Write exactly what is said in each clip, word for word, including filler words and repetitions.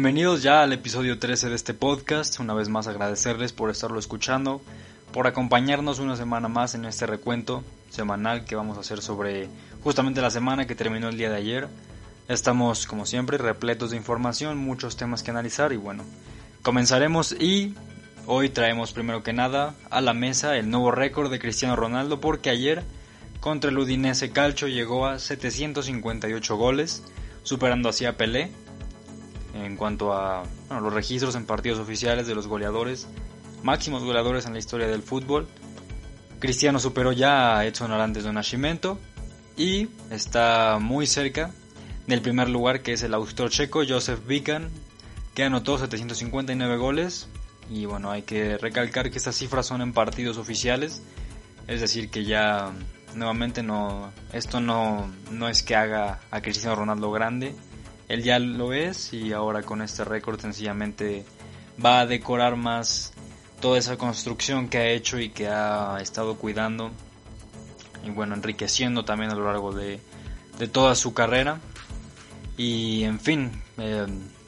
Bienvenidos ya al episodio trece de este podcast. Una vez más agradecerles por estarlo escuchando, por acompañarnos una semana más en este recuento semanal que vamos a hacer sobre justamente la semana que terminó el día de ayer. Estamos, como siempre, repletos de información, muchos temas que analizar y bueno, comenzaremos y hoy traemos primero que nada a la mesa el nuevo récord de Cristiano Ronaldo, porque ayer contra el Udinese Calcio llegó a setecientos cincuenta y ocho goles, superando así a Pelé en cuanto a bueno, los registros en partidos oficiales de los goleadores, máximos goleadores en la historia del fútbol. Cristiano superó ya a Edson Arantes do Nascimento y está muy cerca del primer lugar, que es el austriaco Josef Bican, que anotó setecientos cincuenta y nueve goles. Y bueno, hay que recalcar que estas cifras son en partidos oficiales, es decir que ya nuevamente no esto no, no es que haga a Cristiano Ronaldo grande. Él ya lo es y ahora con este récord sencillamente va a decorar más toda esa construcción que ha hecho y que ha estado cuidando y bueno, enriqueciendo también a lo largo de, de toda su carrera. Y en fin, eh,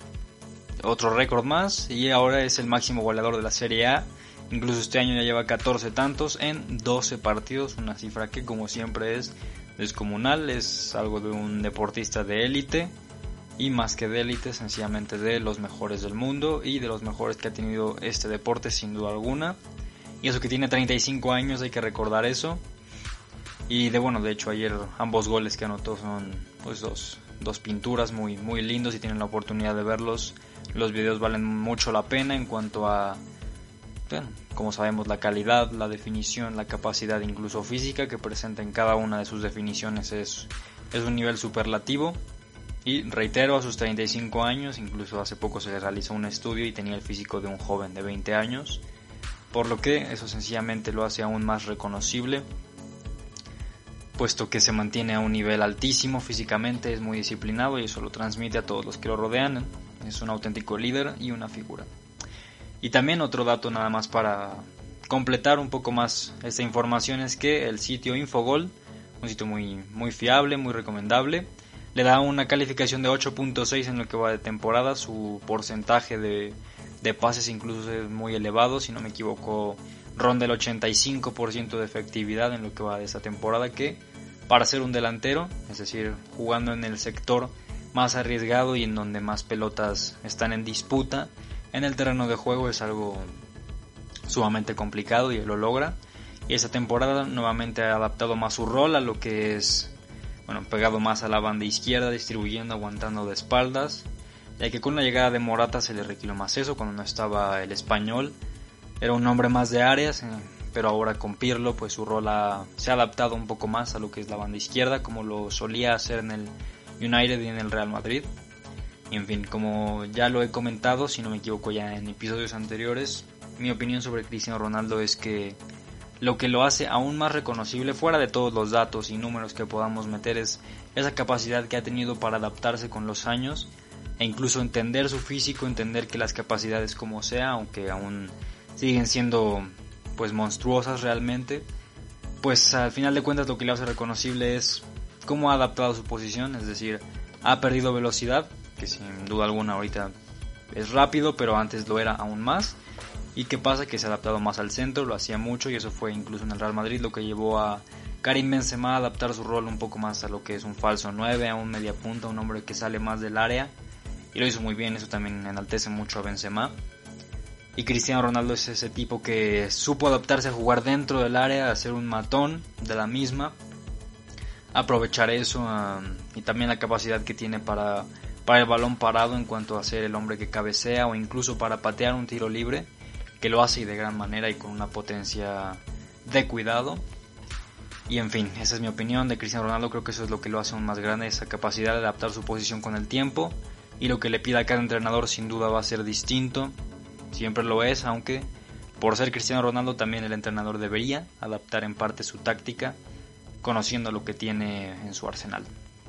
otro récord más, y ahora es el máximo goleador de la Serie A. Incluso este año ya lleva catorce tantos en doce partidos, una cifra que como siempre es descomunal, es algo de un deportista de élite. Y más que de élite, sencillamente de los mejores del mundo y de los mejores que ha tenido este deporte sin duda alguna. Y eso que tiene treinta y cinco años, hay que recordar eso. Y de bueno, de hecho ayer ambos goles que anotó son pues dos, dos pinturas muy, muy lindos. Si tienen la oportunidad de verlos, los videos valen mucho la pena en cuanto a, bueno, como sabemos, la calidad, la definición, la capacidad incluso física que presenta en cada una de sus definiciones es, es un nivel superlativo. Y reitero, a sus treinta y cinco años, incluso hace poco se le realizó un estudio y tenía el físico de un joven de veinte años, por lo que eso sencillamente lo hace aún más reconocible, puesto que se mantiene a un nivel altísimo físicamente, es muy disciplinado y eso lo transmite a todos los que lo rodean, es un auténtico líder y una figura. Y también otro dato nada más para completar un poco más esta información es que el sitio Infogol, un sitio muy, muy fiable, muy recomendable, le da una calificación de ocho punto seis en lo que va de temporada. Su porcentaje de, de pases incluso es muy elevado, si no me equivoco ronda el ochenta y cinco por ciento de efectividad en lo que va de esta temporada, que para ser un delantero, es decir, jugando en el sector más arriesgado y en donde más pelotas están en disputa en el terreno de juego, es algo sumamente complicado y él lo logra. Y esta temporada nuevamente ha adaptado más su rol a lo que es, bueno, pegado más a la banda izquierda, distribuyendo, aguantando de espaldas, ya que con la llegada de Morata se le requirió más eso. Cuando no estaba el español era un hombre más de áreas, eh, pero ahora con Pirlo pues su rol ha, se ha adaptado un poco más a lo que es la banda izquierda, como lo solía hacer en el United y en el Real Madrid. Y en fin, como ya lo he comentado, si no me equivoco ya en episodios anteriores, mi opinión sobre Cristiano Ronaldo es que lo que lo hace aún más reconocible, fuera de todos los datos y números que podamos meter, es esa capacidad que ha tenido para adaptarse con los años e incluso entender su físico, entender que las capacidades como sea, aunque aún siguen siendo pues monstruosas realmente, pues al final de cuentas lo que le hace reconocible es cómo ha adaptado su posición, es decir, ha perdido velocidad, que sin duda alguna ahorita es rápido, pero antes lo era aún más. ¿Y qué pasa? Que se ha adaptado más al centro, lo hacía mucho y eso fue incluso en el Real Madrid lo que llevó a Karim Benzema a adaptar su rol un poco más a lo que es un falso nueve, a un media punta, un hombre que sale más del área, y lo hizo muy bien, eso también enaltece mucho a Benzema. Y Cristiano Ronaldo es ese tipo que supo adaptarse a jugar dentro del área, a ser un matón de la misma, aprovechar eso um, y también la capacidad que tiene para, para el balón parado en cuanto a ser el hombre que cabecea o incluso para patear un tiro libre, que lo hace de gran manera y con una potencia de cuidado. Y en fin, esa es mi opinión de Cristiano Ronaldo. Creo que eso es lo que lo hace aún más grande, esa capacidad de adaptar su posición con el tiempo, y lo que le pida a cada entrenador sin duda va a ser distinto, siempre lo es, aunque por ser Cristiano Ronaldo también el entrenador debería adaptar en parte su táctica, conociendo lo que tiene en su arsenal.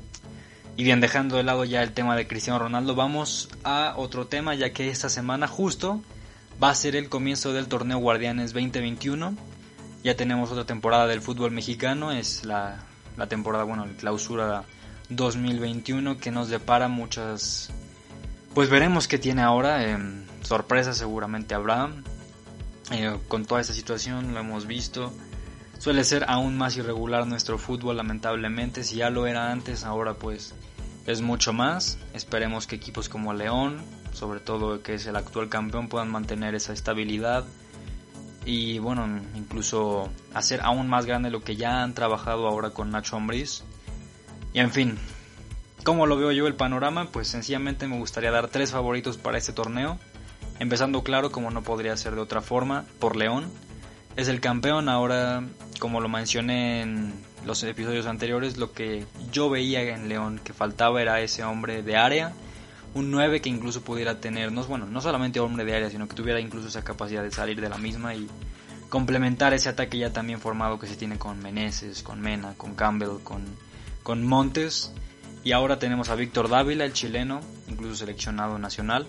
Y bien, dejando de lado ya el tema de Cristiano Ronaldo, vamos a otro tema, ya que esta semana justo va a ser el comienzo del torneo Guardianes veinte veintiuno. Ya tenemos otra temporada del fútbol mexicano, es la, la temporada, bueno, la clausura dos mil veintiuno, que nos depara muchas, pues veremos qué tiene ahora. Eh, sorpresa seguramente habrá. Eh, con toda esta situación lo hemos visto. Suele ser aún más irregular nuestro fútbol, lamentablemente. Si ya lo era antes, ahora pues es mucho más. Esperemos que equipos como León, sobre todo que es el actual campeón, puedan mantener esa estabilidad. Y bueno, incluso hacer aún más grande lo que ya han trabajado ahora con Nacho Ambriz. Y en fin, ¿cómo lo veo yo el panorama? Pues sencillamente me gustaría dar tres favoritos para este torneo. Empezando claro, como no podría ser de otra forma, por León. Es el campeón. Ahora, como lo mencioné en los episodios anteriores, lo que yo veía en León que faltaba era ese hombre de área, un nueve que incluso pudiera tener, no, bueno, no solamente hombre de área, sino que tuviera incluso esa capacidad de salir de la misma y complementar ese ataque ya también formado que se tiene con Meneses, con Mena, con Campbell, con, con Montes. Y ahora tenemos a Víctor Dávila, el chileno, incluso seleccionado nacional.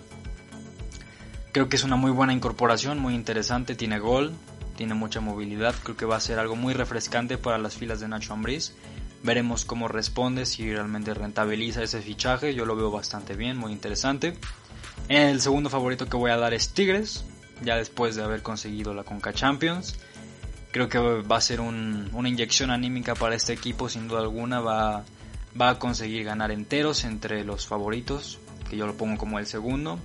Creo que es una muy buena incorporación, muy interesante, tiene gol, tiene mucha movilidad. Creo que va a ser algo muy refrescante para las filas de Nacho Ambriz. Veremos cómo responde, si realmente rentabiliza ese fichaje. Yo lo veo bastante bien, muy interesante. El segundo favorito que voy a dar es Tigres, ya después de haber conseguido la Conca Champions. Creo que va a ser un, una inyección anímica para este equipo, sin duda alguna. Va, va a conseguir ganar enteros entre los favoritos, que yo lo pongo como el segundo.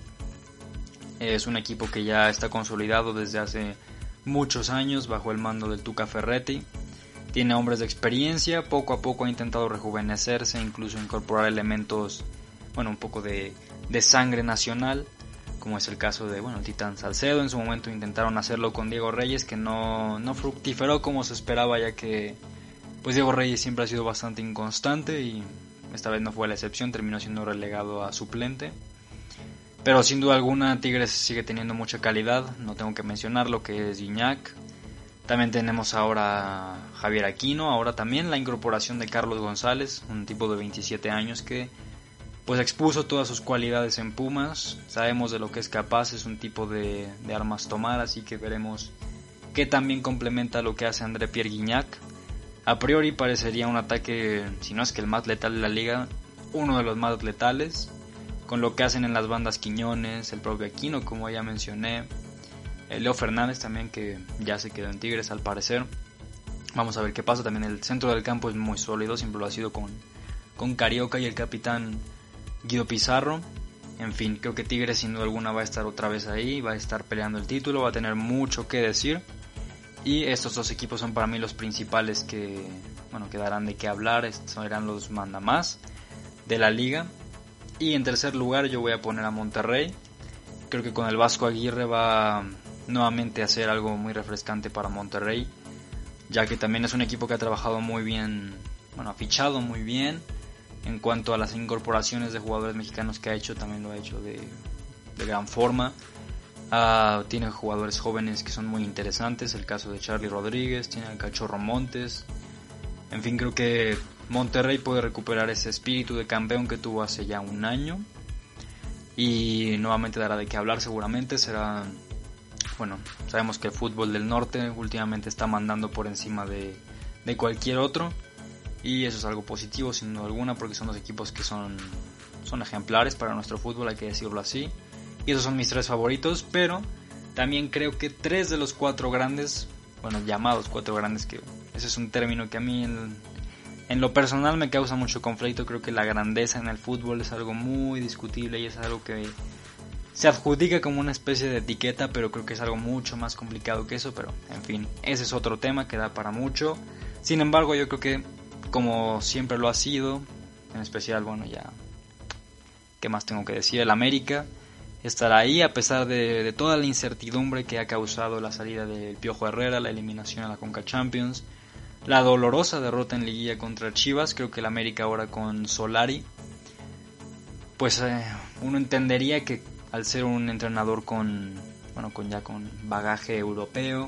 Es un equipo que ya está consolidado desde hace muchos años bajo el mando del Tuca Ferretti. Tiene hombres de experiencia, poco a poco ha intentado rejuvenecerse, incluso incorporar elementos, bueno, un poco de, de sangre nacional, como es el caso de, bueno, el Titán Salcedo. En su momento intentaron hacerlo con Diego Reyes, que no, no fructiferó como se esperaba, ya que pues Diego Reyes siempre ha sido bastante inconstante y esta vez no fue la excepción, terminó siendo relegado a suplente. Pero sin duda alguna Tigres sigue teniendo mucha calidad, no tengo que mencionar lo que es Gignac. También tenemos ahora a Javier Aquino, ahora también la incorporación de Carlos González, un tipo de veintisiete años que pues expuso todas sus cualidades en Pumas. Sabemos de lo que es capaz, es un tipo de, de armas tomar, así que veremos qué también complementa lo que hace André Pierre Gignac. A priori parecería un ataque, si no es que el más letal de la liga, uno de los más letales, con lo que hacen en las bandas Quiñones, el propio Aquino, como ya mencioné, Leo Fernández también, que ya se quedó en Tigres al parecer. Vamos a ver qué pasa. También el centro del campo es muy sólido, siempre lo ha sido con, con Carioca y el capitán Guido Pizarro. En fin, creo que Tigres sin duda alguna va a estar otra vez ahí, va a estar peleando el título, va a tener mucho que decir. Y estos dos equipos son para mí los principales que, bueno, que darán de qué hablar, serán los mandamás de la liga. Y en tercer lugar yo voy a poner a Monterrey. Creo que con el Vasco Aguirre va nuevamente a hacer algo muy refrescante para Monterrey, ya que también es un equipo que ha trabajado muy bien, bueno, ha fichado muy bien. En cuanto a las incorporaciones de jugadores mexicanos que ha hecho, también lo ha hecho de, de gran forma. Uh, tiene jugadores jóvenes que son muy interesantes, el caso de Charly Rodríguez, tiene al Cachorro Montes. En fin, creo que Monterrey puede recuperar ese espíritu de campeón que tuvo hace ya un año. Y nuevamente dará de qué hablar seguramente. Será, bueno, sabemos que el fútbol del norte últimamente está mandando por encima de, de cualquier otro. Y eso es algo positivo sin duda alguna, porque son los equipos que son, son ejemplares para nuestro fútbol, hay que decirlo así. Y esos son mis tres favoritos, pero también creo que tres de los cuatro grandes, bueno, llamados cuatro grandes, que ese es un término que a mí en, en lo personal me causa mucho conflicto. Creo que la grandeza en el fútbol es algo muy discutible y es algo que se adjudica como una especie de etiqueta, pero creo que es algo mucho más complicado que eso. Pero en fin, ese es otro tema que da para mucho. Sin embargo, yo creo que como siempre lo ha sido, en especial, bueno, ya, ¿qué más tengo que decir? El América estará ahí a pesar de, de toda la incertidumbre que ha causado la salida del Piojo Herrera, la eliminación a la Conca Champions, la dolorosa derrota en liguilla contra Chivas. Creo que el América ahora con Solari, pues eh, uno entendería que al ser un entrenador con, bueno, con ya con bagaje europeo,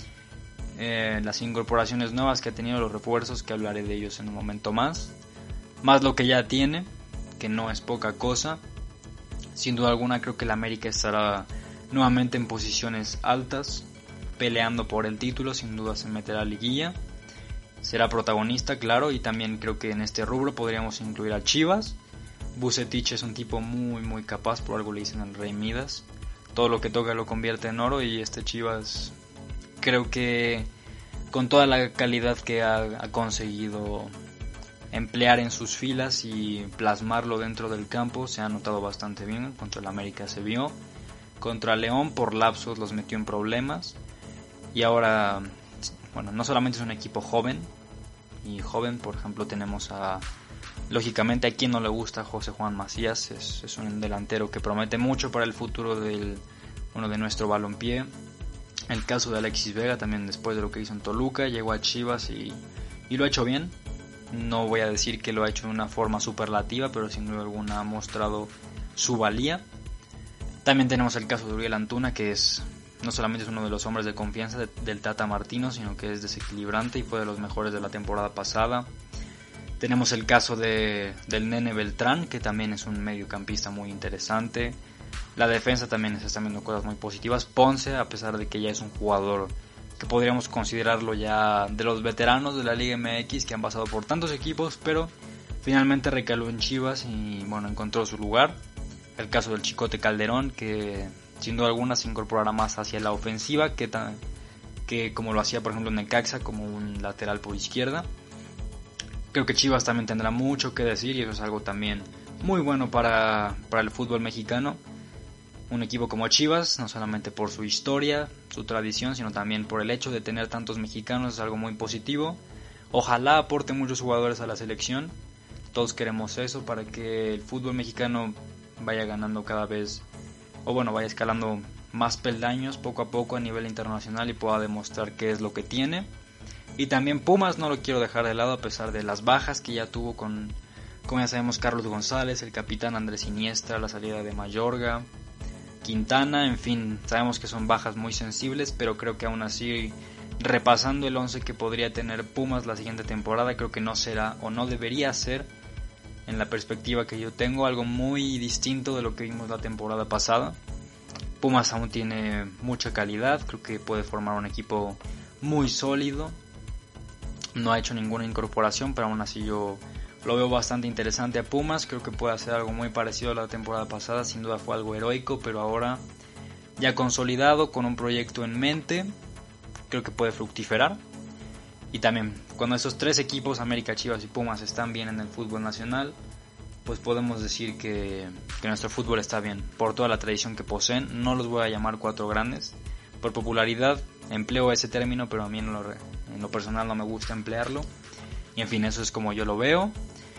eh, las incorporaciones nuevas que ha tenido, los refuerzos, que hablaré de ellos en un momento más, más lo que ya tiene, que no es poca cosa. Sin duda alguna creo que el América estará nuevamente en posiciones altas, peleando por el título, sin duda se meterá a liguilla, será protagonista, claro, y también creo que en este rubro podríamos incluir a Chivas, Vucetich es un tipo muy muy capaz, por algo le dicen el Rey Midas. Todo lo que toca lo convierte en oro, y este Chivas creo que con toda la calidad que ha, ha conseguido emplear en sus filas y plasmarlo dentro del campo, se ha notado bastante bien. Contra el América se vio, contra León por lapsos los metió en problemas, y ahora, bueno, no solamente es un equipo joven, y joven, por ejemplo, tenemos a, lógicamente a quien no le gusta, José Juan Macías, es, es un delantero que promete mucho para el futuro del, bueno, de nuestro balompié. El caso de Alexis Vega también, después de lo que hizo en Toluca, llegó a Chivas y, y lo ha hecho bien. No voy a decir que lo ha hecho de una forma superlativa, pero sin duda alguna ha mostrado su valía. También tenemos el caso de Uriel Antuna, que es no solamente es uno de los hombres de confianza de, del Tata Martino, sino que es desequilibrante y fue de los mejores de la temporada pasada. Tenemos el caso de, del Nene Beltrán, que también es un mediocampista muy interesante. La defensa también se están viendo cosas muy positivas. Ponce, a pesar de que ya es un jugador que podríamos considerarlo ya de los veteranos de la Liga M X, que han pasado por tantos equipos, pero finalmente recaló en Chivas y bueno, encontró su lugar. El caso del Chicote Calderón, que sin duda alguna se incorporará más hacia la ofensiva que, ta, que como lo hacía por ejemplo en Necaxa, como un lateral por izquierda. Creo que Chivas también tendrá mucho que decir, y eso es algo también muy bueno para, para el fútbol mexicano. Un equipo como Chivas, no solamente por su historia, su tradición, sino también por el hecho de tener tantos mexicanos, es algo muy positivo. Ojalá aporte muchos jugadores a la selección. Todos queremos eso para que el fútbol mexicano vaya ganando cada vez, o bueno, vaya escalando más peldaños poco a poco a nivel internacional y pueda demostrar qué es lo que tiene. Y también Pumas no lo quiero dejar de lado, a pesar de las bajas que ya tuvo con, como ya sabemos, Carlos González, el capitán Andrés Iniestra, la salida de Mayorga, Quintana, en fin, sabemos que son bajas muy sensibles, pero creo que aún así, repasando el once que podría tener Pumas la siguiente temporada, creo que no será o no debería ser, en la perspectiva que yo tengo, algo muy distinto de lo que vimos la temporada pasada. Pumas aún tiene mucha calidad, creo que puede formar un equipo muy sólido. No ha hecho ninguna incorporación, pero aún así yo lo veo bastante interesante a Pumas. Creo que puede hacer algo muy parecido a la temporada pasada. Sin duda fue algo heroico, pero ahora ya consolidado, con un proyecto en mente, creo que puede fructiferar. Y también, cuando esos tres equipos, América, Chivas y Pumas, están bien en el fútbol nacional, pues podemos decir que, que nuestro fútbol está bien, por toda la tradición que poseen. No los voy a llamar cuatro grandes, por popularidad empleo ese término, pero a mí en lo, en lo personal no me gusta emplearlo. Y en fin, eso es como yo lo veo.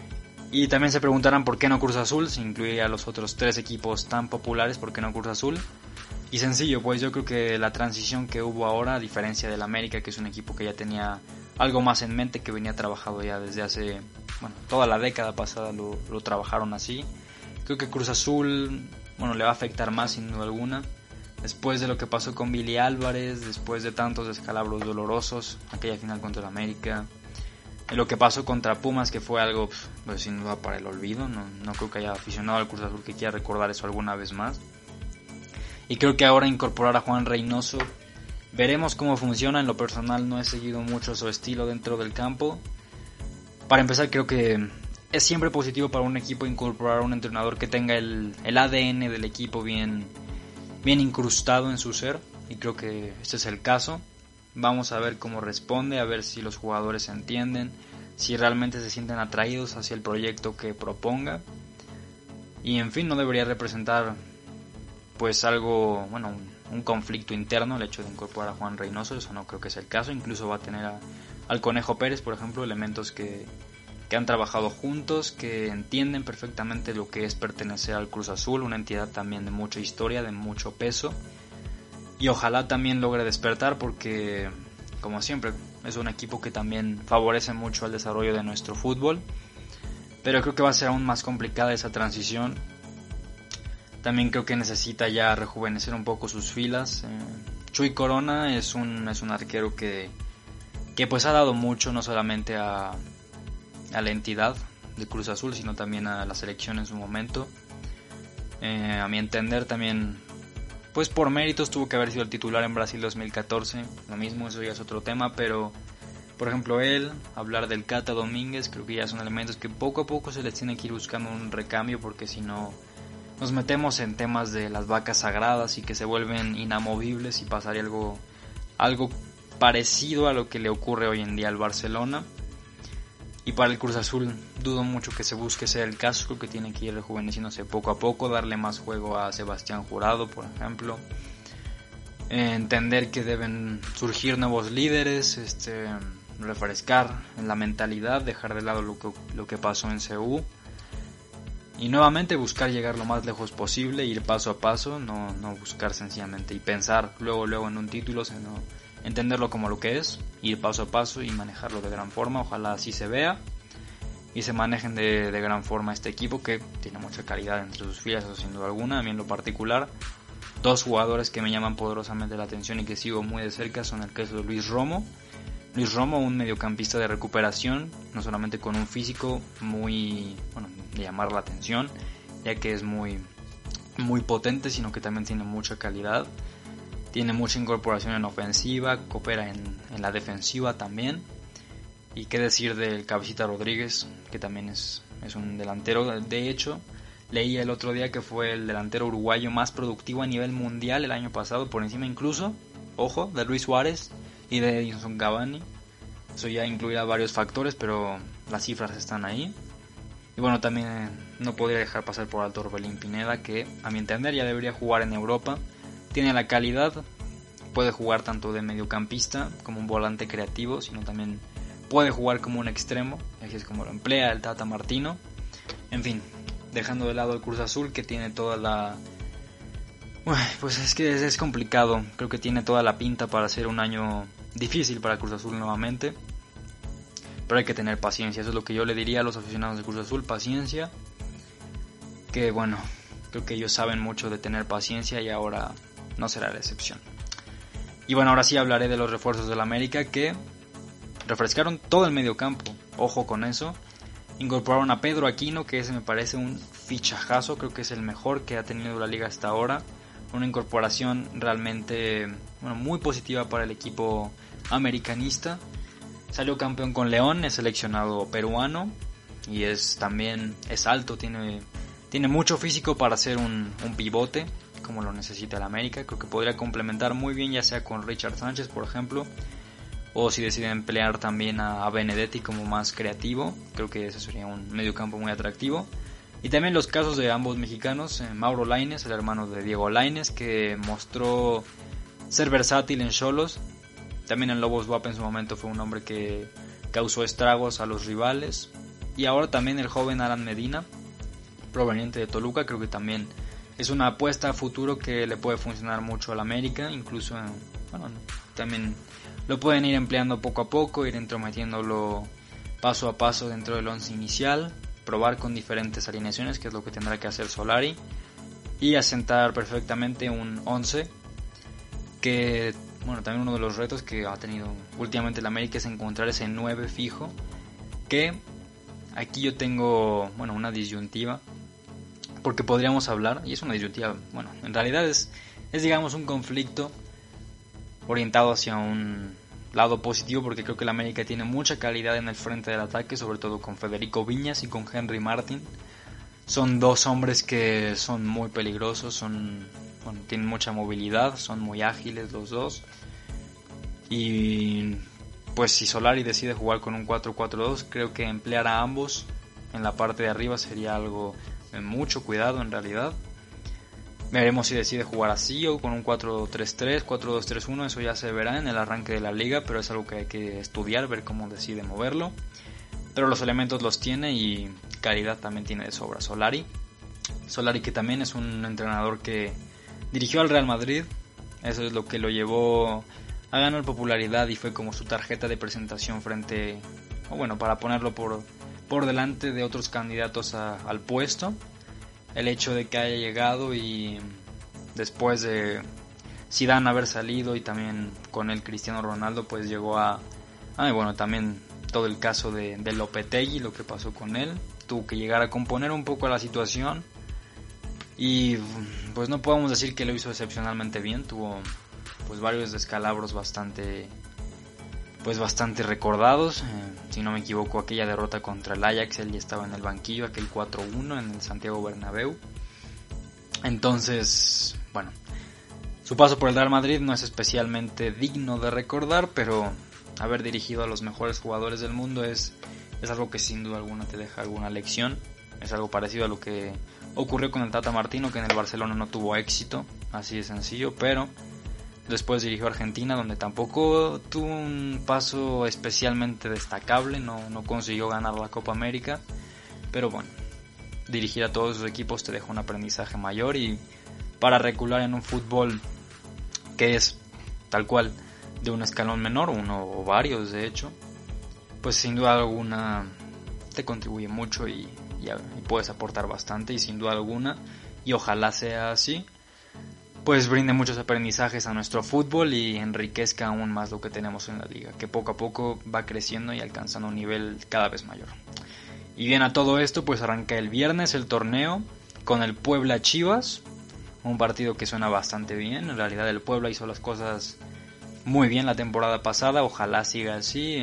Y también se preguntarán por qué no Cruz Azul, si incluye a los otros tres equipos tan populares, ¿por qué no Cruz Azul? Y sencillo, pues yo creo que la transición que hubo ahora, a diferencia del América, que es un equipo que ya tenía algo más en mente, que venía trabajado ya desde hace, bueno, toda la década pasada lo, lo trabajaron así. Creo que Cruz Azul, bueno, le va a afectar más sin duda alguna. Después de lo que pasó con Billy Álvarez, después de tantos descalabros dolorosos, aquella final contra el América, lo que pasó contra Pumas, que fue algo pues, sin duda para el olvido. No, no creo que haya aficionado al Cruz Azul que quiera recordar eso alguna vez más. Y creo que ahora incorporar a Juan Reynoso, veremos cómo funciona. En lo personal no he seguido mucho su estilo dentro del campo. Para empezar, creo que es siempre positivo para un equipo incorporar a un entrenador que tenga el, el A D N del equipo bien, bien incrustado en su ser, y creo que este es el caso. Vamos a ver cómo responde, a ver si los jugadores se entienden, si realmente se sienten atraídos hacia el proyecto que proponga. Y en fin, no debería representar pues algo, bueno, un, un conflicto interno el hecho de incorporar a Juan Reynoso. Eso no creo que sea el caso. Incluso va a tener a, al Conejo Pérez, por ejemplo, elementos que, que han trabajado juntos, que entienden perfectamente lo que es pertenecer al Cruz Azul, una entidad también de mucha historia, de mucho peso. Y ojalá también logre despertar, porque, como siempre, es un equipo que también favorece mucho el desarrollo de nuestro fútbol. Pero creo que va a ser aún más complicada esa transición. También creo que necesita ya rejuvenecer un poco sus filas. Eh, Chuy Corona es un, es un arquero que, que pues ha dado mucho, no solamente a, a la entidad de Cruz Azul, sino también a la selección en su momento. Eh, a mi entender también, pues por méritos tuvo que haber sido el titular en Brasil dos mil catorce. Lo mismo, eso ya es otro tema, pero Por ejemplo, él, hablar del Cata Domínguez, creo que ya son elementos que poco a poco se les tiene que ir buscando un recambio, porque si no nos metemos en temas de las vacas sagradas y que se vuelven inamovibles y pasaría algo, algo parecido a lo que le ocurre hoy en día al Barcelona. Y para el Cruz Azul dudo mucho que se busque ser el caso, creo que tiene que ir rejuveneciéndose poco a poco, darle más juego a Sebastián Jurado, por ejemplo. Entender que deben surgir nuevos líderes, este, refrescar la mentalidad, dejar de lado lo que, lo que pasó en C U. Y nuevamente buscar llegar lo más lejos posible, ir paso a paso, no, no buscar sencillamente y pensar luego luego en un título, sino entenderlo como lo que es, ir paso a paso y manejarlo de gran forma. Ojalá así se vea y se manejen de, de gran forma este equipo, que tiene mucha calidad entre sus filas, eso sin duda alguna. A mí en lo particular, dos jugadores que me llaman poderosamente la atención y que sigo muy de cerca son el caso de Luis Romo. Luis Romo, un mediocampista de recuperación, no solamente con un físico muy, bueno, de llamar la atención, ya que es muy, muy potente, sino que también tiene mucha calidad, tiene mucha incorporación en ofensiva, coopera en, en la defensiva también. Y qué decir del Cabecita Rodríguez, que también es, es un delantero. De hecho, leí el otro día que fue el delantero uruguayo más productivo a nivel mundial el año pasado, por encima incluso, ojo, de Luis Suárez y de Edinson Cavani. Eso ya incluirá varios factores, pero las cifras están ahí. Y bueno, también eh, no podría dejar pasar por alto Orbelín Pineda, que a mi entender ya debería jugar en Europa. Tiene la calidad, puede jugar tanto de mediocampista como un volante creativo, sino también puede jugar como un extremo, así es como lo emplea el Tata Martino. En fin, dejando de lado el Cruz Azul, que tiene toda la... Pues es que es, es complicado, creo que tiene toda la pinta para ser un año difícil para Cruz Azul nuevamente, pero hay que tener paciencia, eso es lo que yo le diría a los aficionados de Cruz Azul, paciencia, que bueno, creo que ellos saben mucho de tener paciencia y ahora no será la excepción. Y bueno, ahora sí hablaré de los refuerzos del América, que refrescaron todo el mediocampo, ojo con eso. Incorporaron a Pedro Aquino, que ese me parece un fichajazo, creo que es el mejor que ha tenido la liga hasta ahora. Una incorporación realmente, bueno, muy positiva para el equipo americanista. Salió campeón con León, es seleccionado peruano y es también es alto, tiene, tiene mucho físico para ser un, un pivote, como lo necesita el América. Creo que podría complementar muy bien, ya sea con Richard Sánchez, por ejemplo, o si deciden emplear también a, a Benedetti como más creativo. Creo que ese sería un mediocampo muy atractivo. Y también los casos de ambos mexicanos, eh, Mauro Lainez, el hermano de Diego Lainez, que mostró ser versátil en Xolos. También en Lobos W A P en su momento fue un hombre que causó estragos a los rivales. Y ahora también el joven Alan Medina, proveniente de Toluca, creo que también es una apuesta a futuro que le puede funcionar mucho al América. Incluso, eh, bueno, también lo pueden ir empleando poco a poco, ir entrometiéndolo paso a paso dentro del once inicial, probar con diferentes alineaciones, que es lo que tendrá que hacer Solari, y asentar perfectamente un once que, bueno, también uno de los retos que ha tenido últimamente el América es encontrar ese nueve fijo, que aquí yo tengo, bueno, una disyuntiva, porque podríamos hablar, y es una disyuntiva, bueno, en realidad es, es digamos un conflicto orientado hacia un lado positivo, porque creo que el América tiene mucha calidad en el frente del ataque, sobre todo con Federico Viñas y con Henry Martin. Son dos hombres que son muy peligrosos, son, bueno, tienen mucha movilidad, son muy ágiles los dos. Y pues si Solari decide jugar con un cuatro cuatro dos, creo que emplear a ambos en la parte de arriba sería algo de mucho cuidado en realidad. Veremos si decide jugar así o con un cuatro tres tres, cuatro dos tres uno, eso ya se verá en el arranque de la liga, pero es algo que hay que estudiar, ver cómo decide moverlo. Pero los elementos los tiene y calidad también tiene de sobra Solari. Solari, que también es un entrenador que dirigió al Real Madrid, eso es lo que lo llevó a ganar popularidad y fue como su tarjeta de presentación frente, o bueno, para ponerlo por, por delante de otros candidatos a, al puesto. El hecho de que haya llegado y después de Zidane haber salido y también con el Cristiano Ronaldo, pues llegó a... Ah, bueno, también todo el caso de, de Lopetegui, lo que pasó con él. Tuvo que llegar a componer un poco la situación y pues no podemos decir que lo hizo excepcionalmente bien. Tuvo pues varios descalabros bastante pues bastante recordados. Eh, si no me equivoco, aquella derrota contra el Ajax, él ya estaba en el banquillo, aquel cuatro uno en el Santiago Bernabéu. Entonces, bueno, su paso por el Real Madrid no es especialmente digno de recordar, pero haber dirigido a los mejores jugadores del mundo es, es algo que sin duda alguna te deja alguna lección. Es algo parecido a lo que ocurrió con el Tata Martino, que en el Barcelona no tuvo éxito, así de sencillo, pero después dirigió a Argentina, donde tampoco tuvo un paso especialmente destacable, no, no consiguió ganar la Copa América, pero bueno, dirigir a todos esos equipos te deja un aprendizaje mayor, y para recular en un fútbol que es tal cual de un escalón menor, uno o varios de hecho, pues sin duda alguna te contribuye mucho y, y, y puedes aportar bastante, y sin duda alguna, y ojalá sea así, pues brinde muchos aprendizajes a nuestro fútbol y enriquezca aún más lo que tenemos en la liga, que poco a poco va creciendo y alcanzando un nivel cada vez mayor. Y bien, a todo esto pues arranca el viernes el torneo con el Puebla Chivas, un partido que suena bastante bien. En realidad el Puebla hizo las cosas muy bien la temporada pasada, ojalá siga así,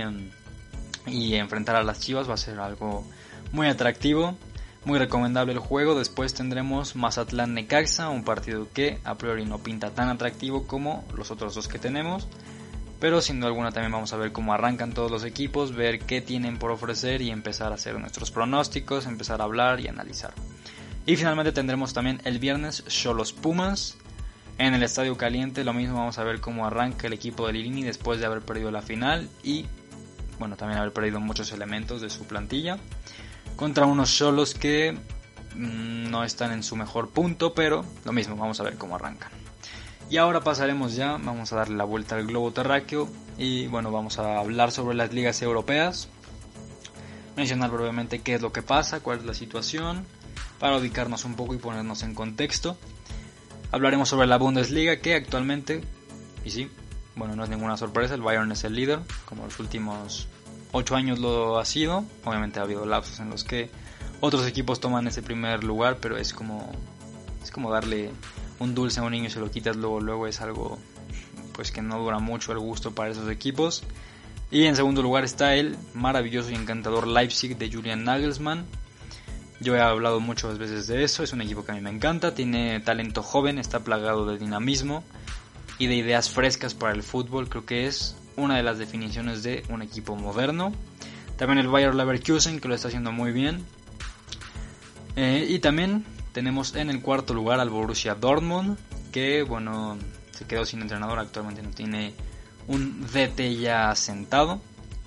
y enfrentar a las Chivas va a ser algo muy atractivo. Muy recomendable el juego. Después tendremos Mazatlán Necaxa, un partido que a priori no pinta tan atractivo como los otros dos que tenemos, pero sin duda alguna también vamos a ver cómo arrancan todos los equipos, ver qué tienen por ofrecer y empezar a hacer nuestros pronósticos, empezar a hablar y analizar. Y finalmente tendremos también el viernes Xolos Pumas en el Estadio Caliente. Lo mismo, vamos a ver cómo arranca el equipo de Lilini después de haber perdido la final y bueno, también haber perdido muchos elementos de su plantilla, contra unos Xolos que mmm, no están en su mejor punto, pero lo mismo, vamos a ver cómo arrancan. Y ahora pasaremos ya, vamos a darle la vuelta al globo terráqueo y bueno, vamos a hablar sobre las ligas europeas, mencionar brevemente qué es lo que pasa, cuál es la situación, para ubicarnos un poco y ponernos en contexto. Hablaremos sobre la Bundesliga, que actualmente, y sí, bueno, no es ninguna sorpresa, el Bayern es el líder, como los últimos ocho años lo ha sido. Obviamente ha habido lapsos en los que otros equipos toman ese primer lugar, pero es como es como darle un dulce a un niño y se lo quitas luego, luego es algo pues que no dura mucho el gusto para esos equipos. Y en segundo lugar está el maravilloso y encantador Leipzig de Julian Nagelsmann. Yo he hablado muchas veces de eso, es un equipo que a mí me encanta, tiene talento joven, está plagado de dinamismo y de ideas frescas para el fútbol. Creo que es una de las definiciones de un equipo moderno. También el Bayer Leverkusen, que lo está haciendo muy bien. Eh, y también tenemos en el cuarto lugar al Borussia Dortmund, que bueno, se quedó sin entrenador, actualmente no tiene un D T ya asentado,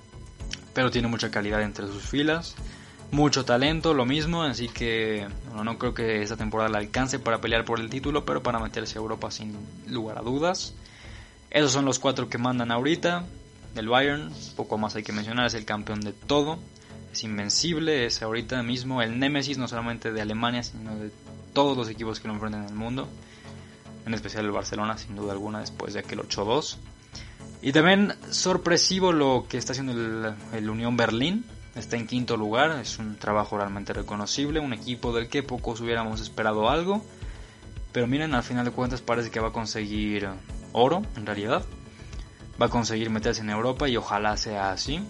pero tiene mucha calidad entre sus filas, mucho talento, lo mismo, así que bueno, no creo que esta temporada le alcance para pelear por el título, pero para meterse a Europa sin lugar a dudas. Esos son los cuatro que mandan ahorita. El Bayern, poco más hay que mencionar, es el campeón de todo, es invencible, es ahorita mismo el némesis no solamente de Alemania, sino de todos los equipos que lo enfrentan en el mundo, en especial el Barcelona, sin duda alguna, después de aquel ocho dos. Y también sorpresivo lo que está haciendo el, el Unión Berlín, está en quinto lugar, es un trabajo realmente reconocible, un equipo del que pocos hubiéramos esperado algo, pero miren, al final de cuentas parece que va a conseguir oro, en realidad va a conseguir meterse en Europa y ojalá sea así.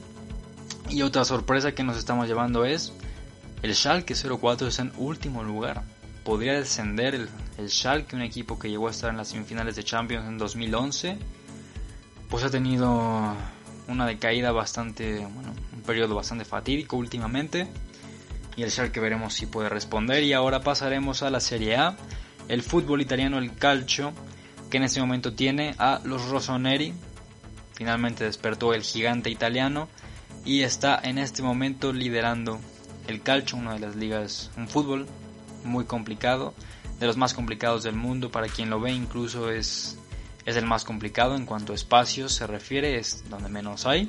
Y otra sorpresa que nos estamos llevando es el Schalke cero cuatro, está en último lugar, podría descender el, el Schalke, un equipo que llegó a estar en las semifinales de Champions en dos mil once, pues ha tenido una decaída bastante, bueno, un periodo bastante fatídico últimamente, y el Schalke veremos si puede responder. Y ahora pasaremos a la Serie A, el fútbol italiano, el calcio, que en este momento tiene a los Rossoneri. Finalmente despertó el gigante italiano y está en este momento liderando el calcio, una de las ligas, un fútbol muy complicado, de los más complicados del mundo. Para quien lo ve incluso es, es el más complicado en cuanto a espacios se refiere, es donde menos hay.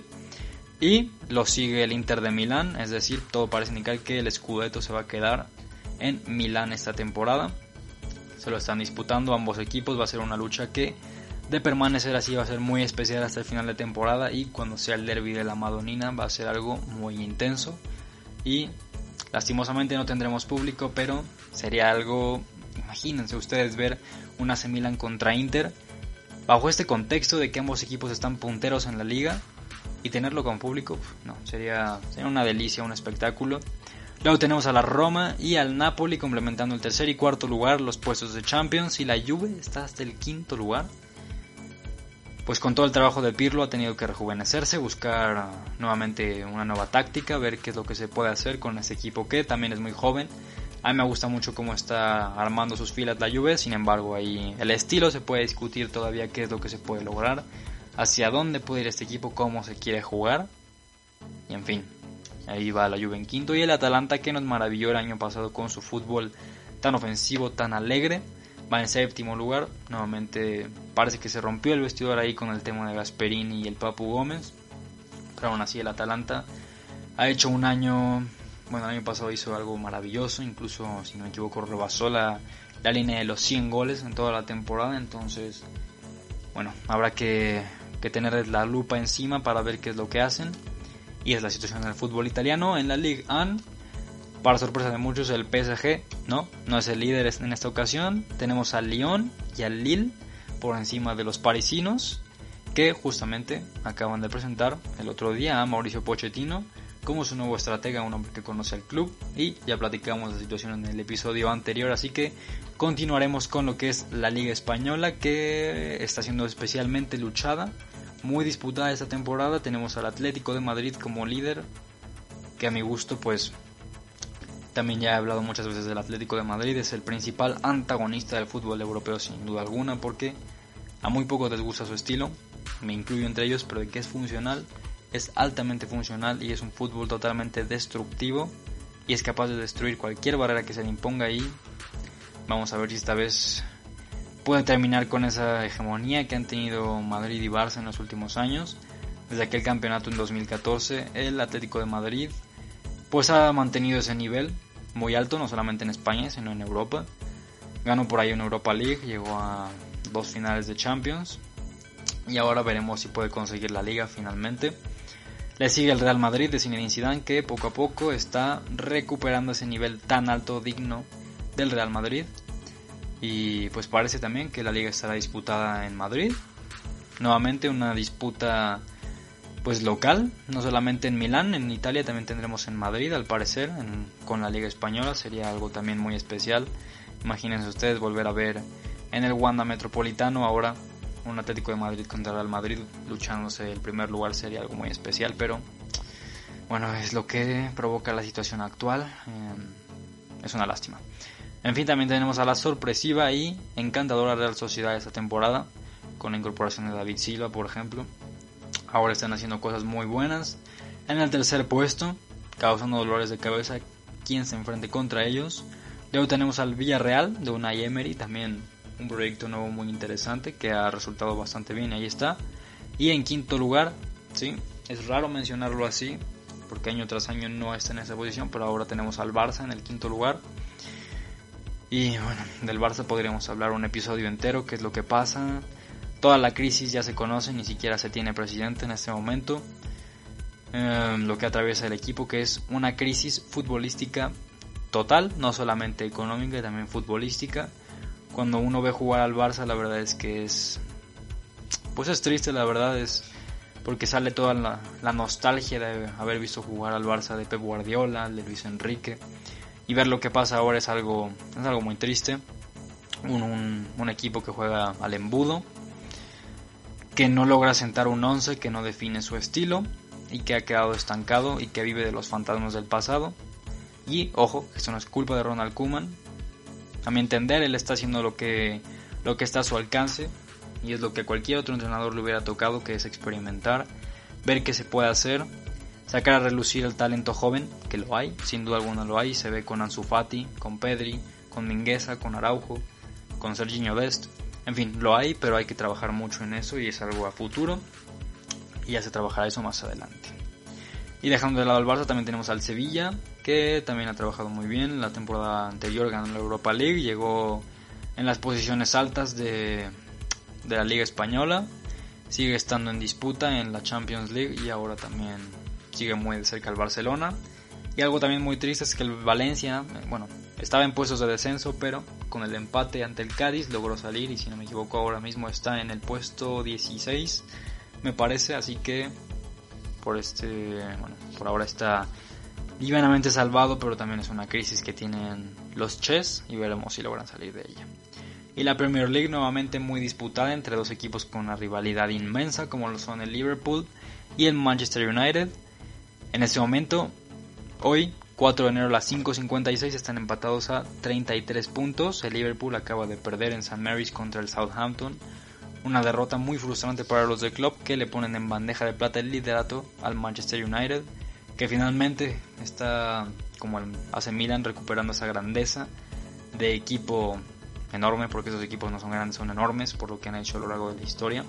Y lo sigue el Inter de Milán, es decir, todo parece indicar que el Scudetto se va a quedar en Milán esta temporada. Se lo están disputando ambos equipos, va a ser una lucha que de permanecer así va a ser muy especial hasta el final de temporada, y cuando sea el derbi de la Madonina va a ser algo muy intenso y lastimosamente no tendremos público, pero sería algo, imagínense ustedes ver un A C Milan contra Inter bajo este contexto de que ambos equipos están punteros en la liga. y tenerlo con público, no, sería, sería una delicia, un espectáculo. Luego tenemos a la Roma y al Napoli complementando el tercer y cuarto lugar, los puestos de Champions, y la Juve está hasta el quinto lugar. Pues con todo el trabajo de Pirlo ha tenido que rejuvenecerse, buscar nuevamente una nueva táctica, ver qué es lo que se puede hacer con ese equipo que también es muy joven. A mí me gusta mucho cómo está armando sus filas la Juve, sin embargo ahí el estilo se puede discutir todavía qué es lo que se puede lograr, hacia dónde puede ir este equipo, cómo se quiere jugar, y en fin, ahí va la Juve en quinto, y el Atalanta, que nos maravilló el año pasado con su fútbol tan ofensivo, tan alegre, va en séptimo lugar. Nuevamente parece que se rompió el vestidor ahí con el tema de Gasperini y el Papu Gómez, pero aún así el Atalanta ha hecho un año, bueno, el año pasado hizo algo maravilloso, incluso si no me equivoco rebasó la, la línea de los cien goles en toda la temporada. Entonces, bueno, habrá que, que tener la lupa encima para ver qué es lo que hacen, y es la situación del fútbol italiano. En la Ligue uno, para sorpresa de muchos, el P S G no, no es el líder en esta ocasión. Tenemos al Lyon y al Lille por encima de los parisinos, que justamente acaban de presentar el otro día a Mauricio Pochettino como su nuevo estratega, un hombre que conoce el club, y ya platicamos la situación en el episodio anterior, así que continuaremos con lo que es la Liga Española, que está siendo especialmente luchada, muy disputada esta temporada. Tenemos al Atlético de Madrid como líder, que a mi gusto, pues también ya he hablado muchas veces del Atlético de Madrid, es el principal antagonista del fútbol europeo sin duda alguna, porque a muy pocos les gusta su estilo, me incluyo entre ellos, pero de que es funcional, es altamente funcional, y es un fútbol totalmente destructivo y es capaz de destruir cualquier barrera que se le imponga ahí. Vamos a ver si esta vez puede terminar con esa hegemonía que han tenido Madrid y Barça en los últimos años. Desde aquel campeonato en dos mil catorce, el Atlético de Madrid pues ha mantenido ese nivel muy alto, no solamente en España sino en Europa. Ganó por ahí una Europa League, llegó a dos finales de Champions, y ahora veremos si puede conseguir la Liga finalmente. Le sigue el Real Madrid de Zinedine Zidane, que poco a poco está recuperando ese nivel tan alto, digno del Real Madrid. Y pues parece también que la Liga estará disputada en Madrid. Nuevamente una disputa pues local, no solamente en Milán, en Italia también tendremos en Madrid, al parecer, en, con la Liga Española. Sería algo también muy especial. Imagínense ustedes volver a ver en el Wanda Metropolitano ahora un Atlético de Madrid contra Real Madrid luchándose el primer lugar, sería algo muy especial, pero bueno, es lo que provoca la situación actual, eh, es una lástima. En fin, también tenemos a la sorpresiva y encantadora Real Sociedad esta temporada, con la incorporación de David Silva, por ejemplo. Ahora están haciendo cosas muy buenas. En el tercer puesto, causando dolores de cabeza quien se enfrente contra ellos. Luego tenemos al Villarreal de Unai Emery, también un proyecto nuevo muy interesante que ha resultado bastante bien, ahí está. Y en quinto lugar, sí, es raro mencionarlo así porque año tras año no está en esa posición, pero ahora tenemos al Barça en el quinto lugar. Y bueno, del Barça podríamos hablar un episodio entero, qué es lo que pasa. Toda la crisis ya se conoce, ni siquiera se tiene presidente en este momento. Eh, lo que atraviesa el equipo, que es una crisis futbolística total, no solamente económica, también futbolística. Cuando uno ve jugar al Barça, la verdad es que es, pues es triste, la verdad, es porque sale toda la, la nostalgia de haber visto jugar al Barça de Pep Guardiola, de Luis Enrique, y ver lo que pasa ahora es algo, es algo muy triste. Un, un, un equipo que juega al embudo, que no logra sentar un once, que no define su estilo y que ha quedado estancado y que vive de los fantasmas del pasado. Y ojo, esto no es culpa de Ronald Koeman. A mi entender, él está haciendo lo que, lo que está a su alcance, y es lo que a cualquier otro entrenador le hubiera tocado, que es experimentar, ver qué se puede hacer, sacar a relucir el talento joven, que lo hay, sin duda alguna lo hay. Se ve con Ansu Fati, con Pedri, con Mingueza, con Araujo, con Serginho Dest. En fin, lo hay, pero hay que trabajar mucho en eso y es algo a futuro, y ya se trabajará eso más adelante. Y dejando de lado al Barça, también tenemos al Sevilla, que también ha trabajado muy bien. La temporada anterior ganó la Europa League, llegó en las posiciones altas de, de la Liga Española, sigue estando en disputa en la Champions League y ahora también sigue muy de cerca al Barcelona. Y algo también muy triste es que el Valencia, bueno, estaba en puestos de descenso, pero con el empate ante el Cádiz logró salir, y si no me equivoco ahora mismo está en el puesto dieciséis, me parece, así que por este, bueno, por ahora está divinamente salvado, pero también es una crisis que tienen los Chess y veremos si logran salir de ella. Y la Premier League nuevamente muy disputada entre dos equipos con una rivalidad inmensa como lo son el Liverpool y el Manchester United. En este momento, hoy, cuatro de enero a las cinco cincuenta y seis, están empatados a treinta y tres puntos. El Liverpool acaba de perder en St Mary's contra el Southampton. Una derrota muy frustrante para los del club, que le ponen en bandeja de plata el liderato al Manchester United, que finalmente está, como hace Milan, recuperando esa grandeza de equipo enorme, porque esos equipos no son grandes, son enormes por lo que han hecho a lo largo de la historia.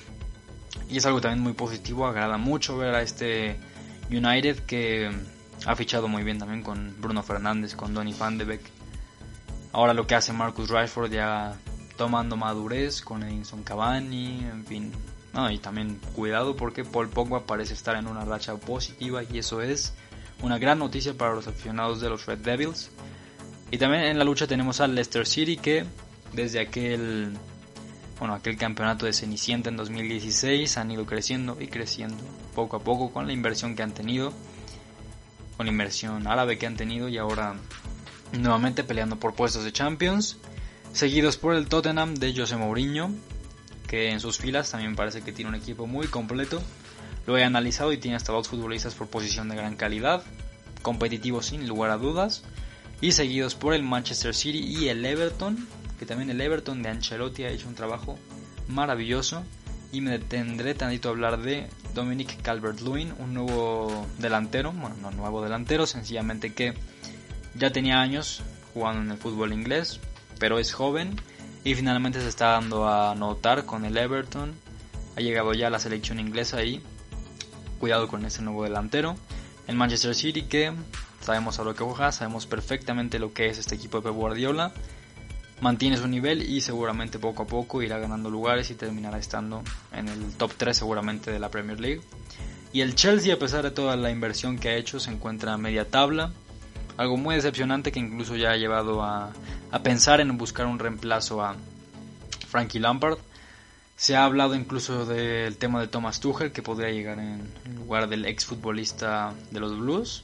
Y es algo también muy positivo, agrada mucho ver a este United que ha fichado muy bien también con Bruno Fernández, con Donny van de Beek. Ahora lo que hace Marcus Rashford ya tomando madurez con Edinson Cavani, en fin. No, y también cuidado porque Paul Pogba parece estar en una racha positiva y eso es una gran noticia para los aficionados de los Red Devils. Y también en la lucha tenemos al Leicester City, que desde aquel, bueno, aquel campeonato de Cenicienta en dos mil dieciséis han ido creciendo y creciendo poco a poco con la inversión que han tenido, con la inversión árabe que han tenido, y ahora nuevamente peleando por puestos de Champions, seguidos por el Tottenham de José Mourinho, que en sus filas también parece que tiene un equipo muy completo. Lo he analizado y tiene hasta dos futbolistas por posición de gran calidad, competitivos sin lugar a dudas. Y seguidos por el Manchester City y el Everton, que también el Everton de Ancelotti ha hecho un trabajo maravilloso. Y me detendré tantito a hablar de Dominic Calvert-Lewin, un nuevo delantero, bueno, no nuevo delantero, sencillamente que ya tenía años jugando en el fútbol inglés, pero es joven y finalmente se está dando a notar con el Everton. Ha llegado ya a la selección inglesa y cuidado con ese nuevo delantero. El Manchester City, que sabemos a lo que juega, sabemos perfectamente lo que es este equipo de Pep Guardiola. Mantiene su nivel y seguramente poco a poco irá ganando lugares y terminará estando en el top tres seguramente de la Premier League. Y el Chelsea, a pesar de toda la inversión que ha hecho, se encuentra a media tabla. Algo muy decepcionante que incluso ya ha llevado a, a pensar en buscar un reemplazo a Frankie Lampard. Se ha hablado incluso del tema de Thomas Tuchel, que podría llegar en lugar del exfutbolista de los Blues,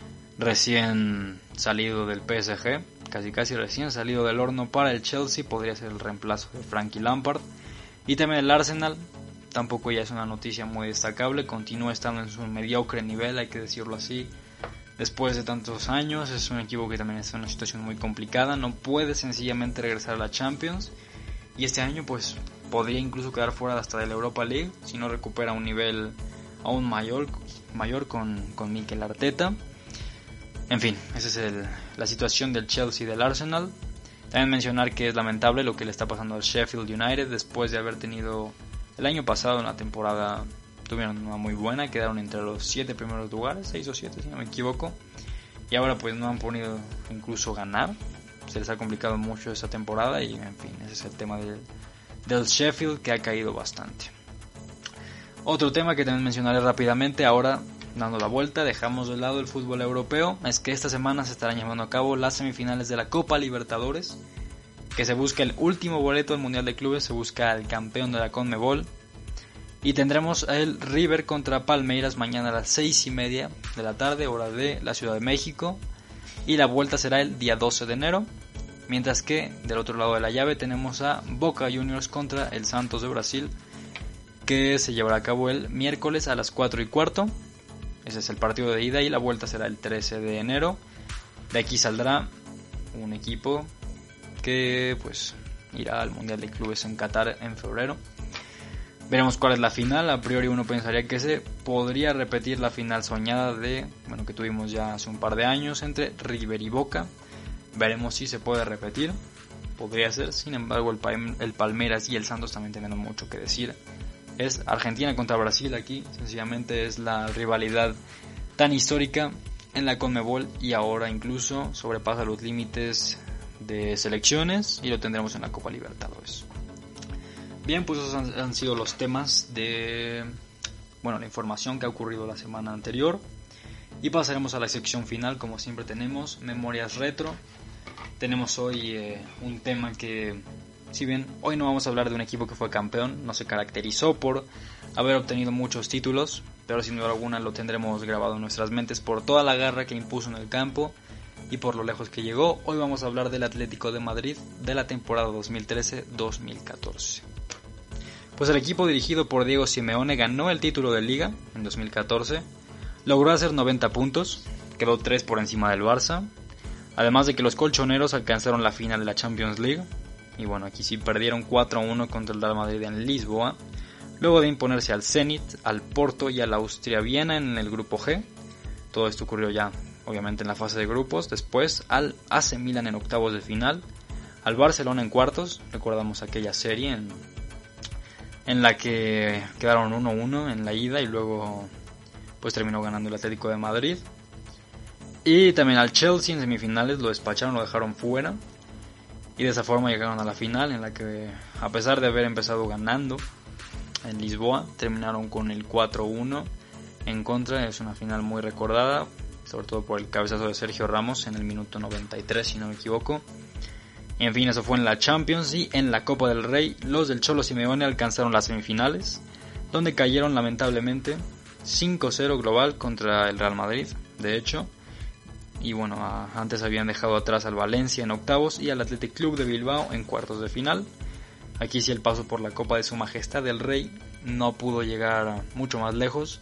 recién salido del P S G, casi casi recién salido del horno para el Chelsea, podría ser el reemplazo de Frankie Lampard. Y también el Arsenal, tampoco ya es una noticia muy destacable, continúa estando en su mediocre nivel, hay que decirlo así, después de tantos años. Es un equipo que también está en una situación muy complicada, no puede sencillamente regresar a la Champions, y este año pues podría incluso quedar fuera hasta de la Europa League si no recupera un nivel aún mayor, mayor con, con Mikel Arteta. En fin, esa es el, la situación del Chelsea y del Arsenal. También mencionar que es lamentable lo que le está pasando al Sheffield United después de haber tenido el año pasado una temporada, tuvieron una muy buena, quedaron entre los siete primeros lugares, seis o siete si no me equivoco, y ahora pues no han podido incluso ganar, se les ha complicado mucho esa temporada y en fin, ese es el tema del, del Sheffield, que ha caído bastante. Otro tema que también mencionaré rápidamente ahora, dando la vuelta, dejamos de lado el fútbol europeo, es que esta semana se estarán llevando a cabo las semifinales de la Copa Libertadores, que se busca el último boleto del Mundial de Clubes, se busca el campeón de la CONMEBOL, y tendremos el River contra Palmeiras mañana a las seis y media de la tarde, hora de la Ciudad de México, y la vuelta será el día doce de enero, mientras que del otro lado de la llave tenemos a Boca Juniors contra el Santos de Brasil, que se llevará a cabo el miércoles a las cuatro y cuarto. Ese es el partido de ida y la vuelta será el trece de enero. De aquí saldrá un equipo que pues irá al Mundial de Clubes en Qatar en febrero. Veremos cuál es la final. A priori uno pensaría que se podría repetir la final soñada de, bueno, que tuvimos ya hace un par de años entre River y Boca. Veremos si se puede repetir. Podría ser. Sin embargo, el, Palme- el Palmeiras y el Santos también tienen mucho que decir. Es Argentina contra Brasil aquí, sencillamente es la rivalidad tan histórica en la CONMEBOL y ahora incluso sobrepasa los límites de selecciones y lo tendremos en la Copa Libertadores. Bien, pues esos han, han sido los temas de, bueno, la información que ha ocurrido la semana anterior y pasaremos a la sección final. Como siempre tenemos Memorias Retro. Tenemos hoy eh, un tema que Si bien hoy no vamos a hablar de un equipo que fue campeón, no se caracterizó por haber obtenido muchos títulos, pero sin duda alguna lo tendremos grabado en nuestras mentes por toda la garra que impuso en el campo y por lo lejos que llegó. Hoy vamos a hablar del Atlético de Madrid de la temporada dos mil trece dos mil catorce. Pues el equipo dirigido por Diego Simeone ganó el título de Liga en dos mil catorce, logró hacer noventa puntos, quedó tres por encima del Barça, además de que los colchoneros alcanzaron la final de la Champions League, y bueno, aquí sí perdieron cuatro a uno contra el Real Madrid en Lisboa, luego de imponerse al Zenit, al Porto y al Austria Viena en el grupo G. Todo esto ocurrió ya obviamente en la fase de grupos. Después al A C Milan en octavos de final, al Barcelona en cuartos, recordamos aquella serie en, en la que quedaron uno uno en la ida y luego pues terminó ganando el Atlético de Madrid. Y también al Chelsea en semifinales, lo despacharon, lo dejaron fuera. Y de esa forma llegaron a la final, en la que a pesar de haber empezado ganando en Lisboa, terminaron con el cuatro uno en contra. Es una final muy recordada, sobre todo por el cabezazo de Sergio Ramos en el minuto noventa y tres, si no me equivoco. Y en fin, eso fue en la Champions. Y en la Copa del Rey, los del Cholo Simeone alcanzaron las semifinales, donde cayeron lamentablemente cinco cero global contra el Real Madrid, de hecho. Y bueno, antes habían dejado atrás al Valencia en octavos y al Athletic Club de Bilbao en cuartos de final. Aquí sí el paso por la Copa de Su Majestad el Rey no pudo llegar mucho más lejos.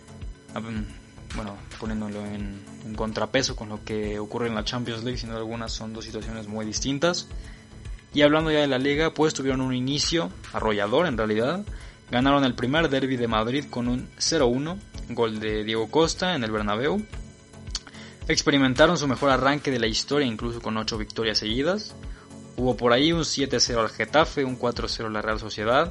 Bueno, poniéndolo en, en contrapeso con lo que ocurre en la Champions League, sin duda alguna son dos situaciones muy distintas. Y hablando ya de la Liga, pues tuvieron un inicio arrollador en realidad. Ganaron el primer derbi de Madrid con un cero uno, gol de Diego Costa en el Bernabéu. Experimentaron su mejor arranque de la historia, incluso con ocho victorias seguidas. Hubo por ahí un siete cero al Getafe, un cuatro cero a la Real Sociedad.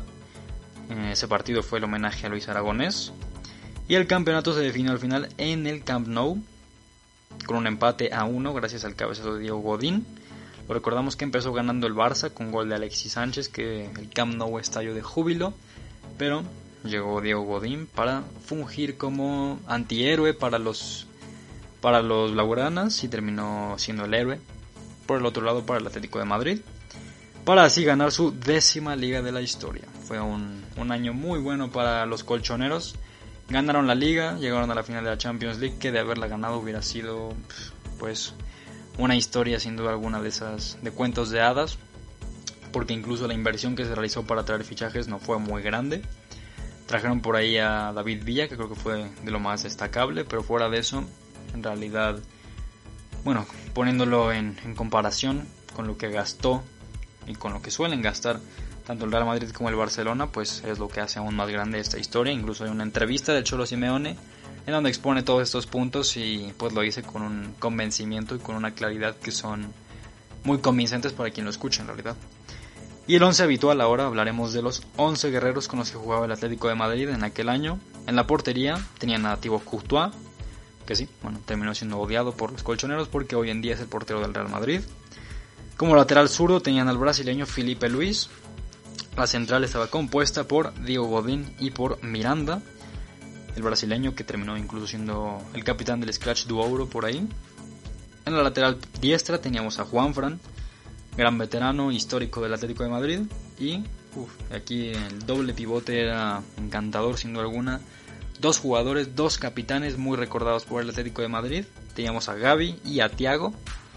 Ese partido fue el homenaje a Luis Aragonés. Y el campeonato se definió al final en el Camp Nou, con un empate a uno gracias al cabezazo de Diego Godín. Lo recordamos que empezó ganando el Barça con gol de Alexis Sánchez, que el Camp Nou estalló de júbilo, pero llegó Diego Godín para fungir como antihéroe para los... para los blaugranas y terminó siendo el héroe, por el otro lado para el Atlético de Madrid, para así ganar su décima liga de la historia. Fue un, un año muy bueno para los colchoneros, ganaron la liga, llegaron a la final de la Champions League, que de haberla ganado hubiera sido pues una historia sin duda alguna de esas de cuentos de hadas, porque incluso la inversión que se realizó para traer fichajes no fue muy grande. Trajeron por ahí a David Villa, que creo que fue de lo más destacable, pero fuera de eso, en realidad, bueno, poniéndolo en, en comparación con lo que gastó y con lo que suelen gastar tanto el Real Madrid como el Barcelona, pues es lo que hace aún más grande esta historia. Incluso hay una entrevista del Cholo Simeone en donde expone todos estos puntos y pues lo dice con un convencimiento y con una claridad que son muy convincentes para quien lo escucha en realidad. Y el once habitual, ahora hablaremos de los once guerreros con los que jugaba el Atlético de Madrid en aquel año. En la portería tenían a Thibaut Courtois, que sí, bueno, terminó siendo odiado por los colchoneros porque hoy en día es el portero del Real Madrid. Como lateral zurdo tenían al brasileño Felipe Luis. La central estaba compuesta por Diego Godín y por Miranda, el brasileño que terminó incluso siendo el capitán del Scratch do Ouro por ahí. En la lateral diestra teníamos a Juanfran, gran veterano histórico del Atlético de Madrid. Y uf, aquí el doble pivote era encantador sin duda alguna. Dos jugadores, dos capitanes muy recordados por el Atlético de Madrid. Teníamos a Gavi y a Thiago.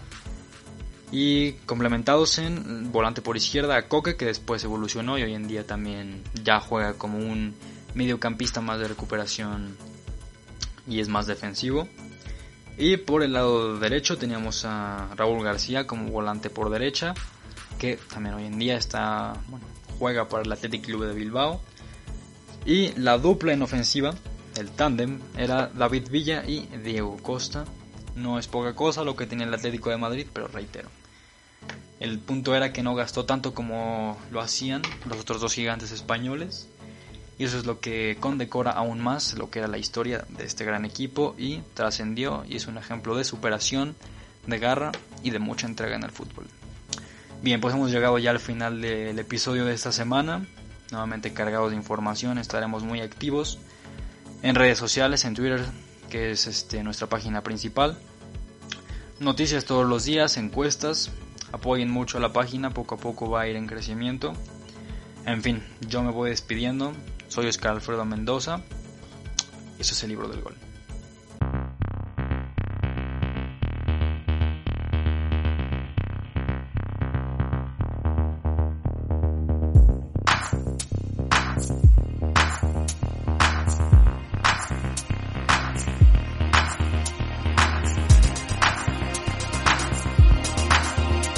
Y complementados en volante por izquierda a Koke, que después evolucionó y hoy en día también ya juega como un mediocampista más de recuperación y es más defensivo. Y por el lado derecho teníamos a Raúl García como volante por derecha, que también hoy en día está, bueno, juega para el Athletic Club de Bilbao. Y la dupla en ofensiva, el tándem, era David Villa y Diego Costa. No es poca cosa lo que tenía el Atlético de Madrid, pero reitero, el punto era que no gastó tanto como lo hacían los otros dos gigantes españoles. Y eso es lo que condecora aún más lo que era la historia de este gran equipo y trascendió y es un ejemplo de superación, de garra y de mucha entrega en el fútbol. Bien, pues hemos llegado ya al final del episodio de esta semana. Nuevamente cargados de información, estaremos muy activos en redes sociales, en Twitter, que es este, nuestra página principal. Noticias todos los días, encuestas, Apoyen mucho a la página, poco a poco va a ir en crecimiento. En fin, yo me voy despidiendo. Soy Oscar Alfredo Mendoza. Eso es el Libro del Gol.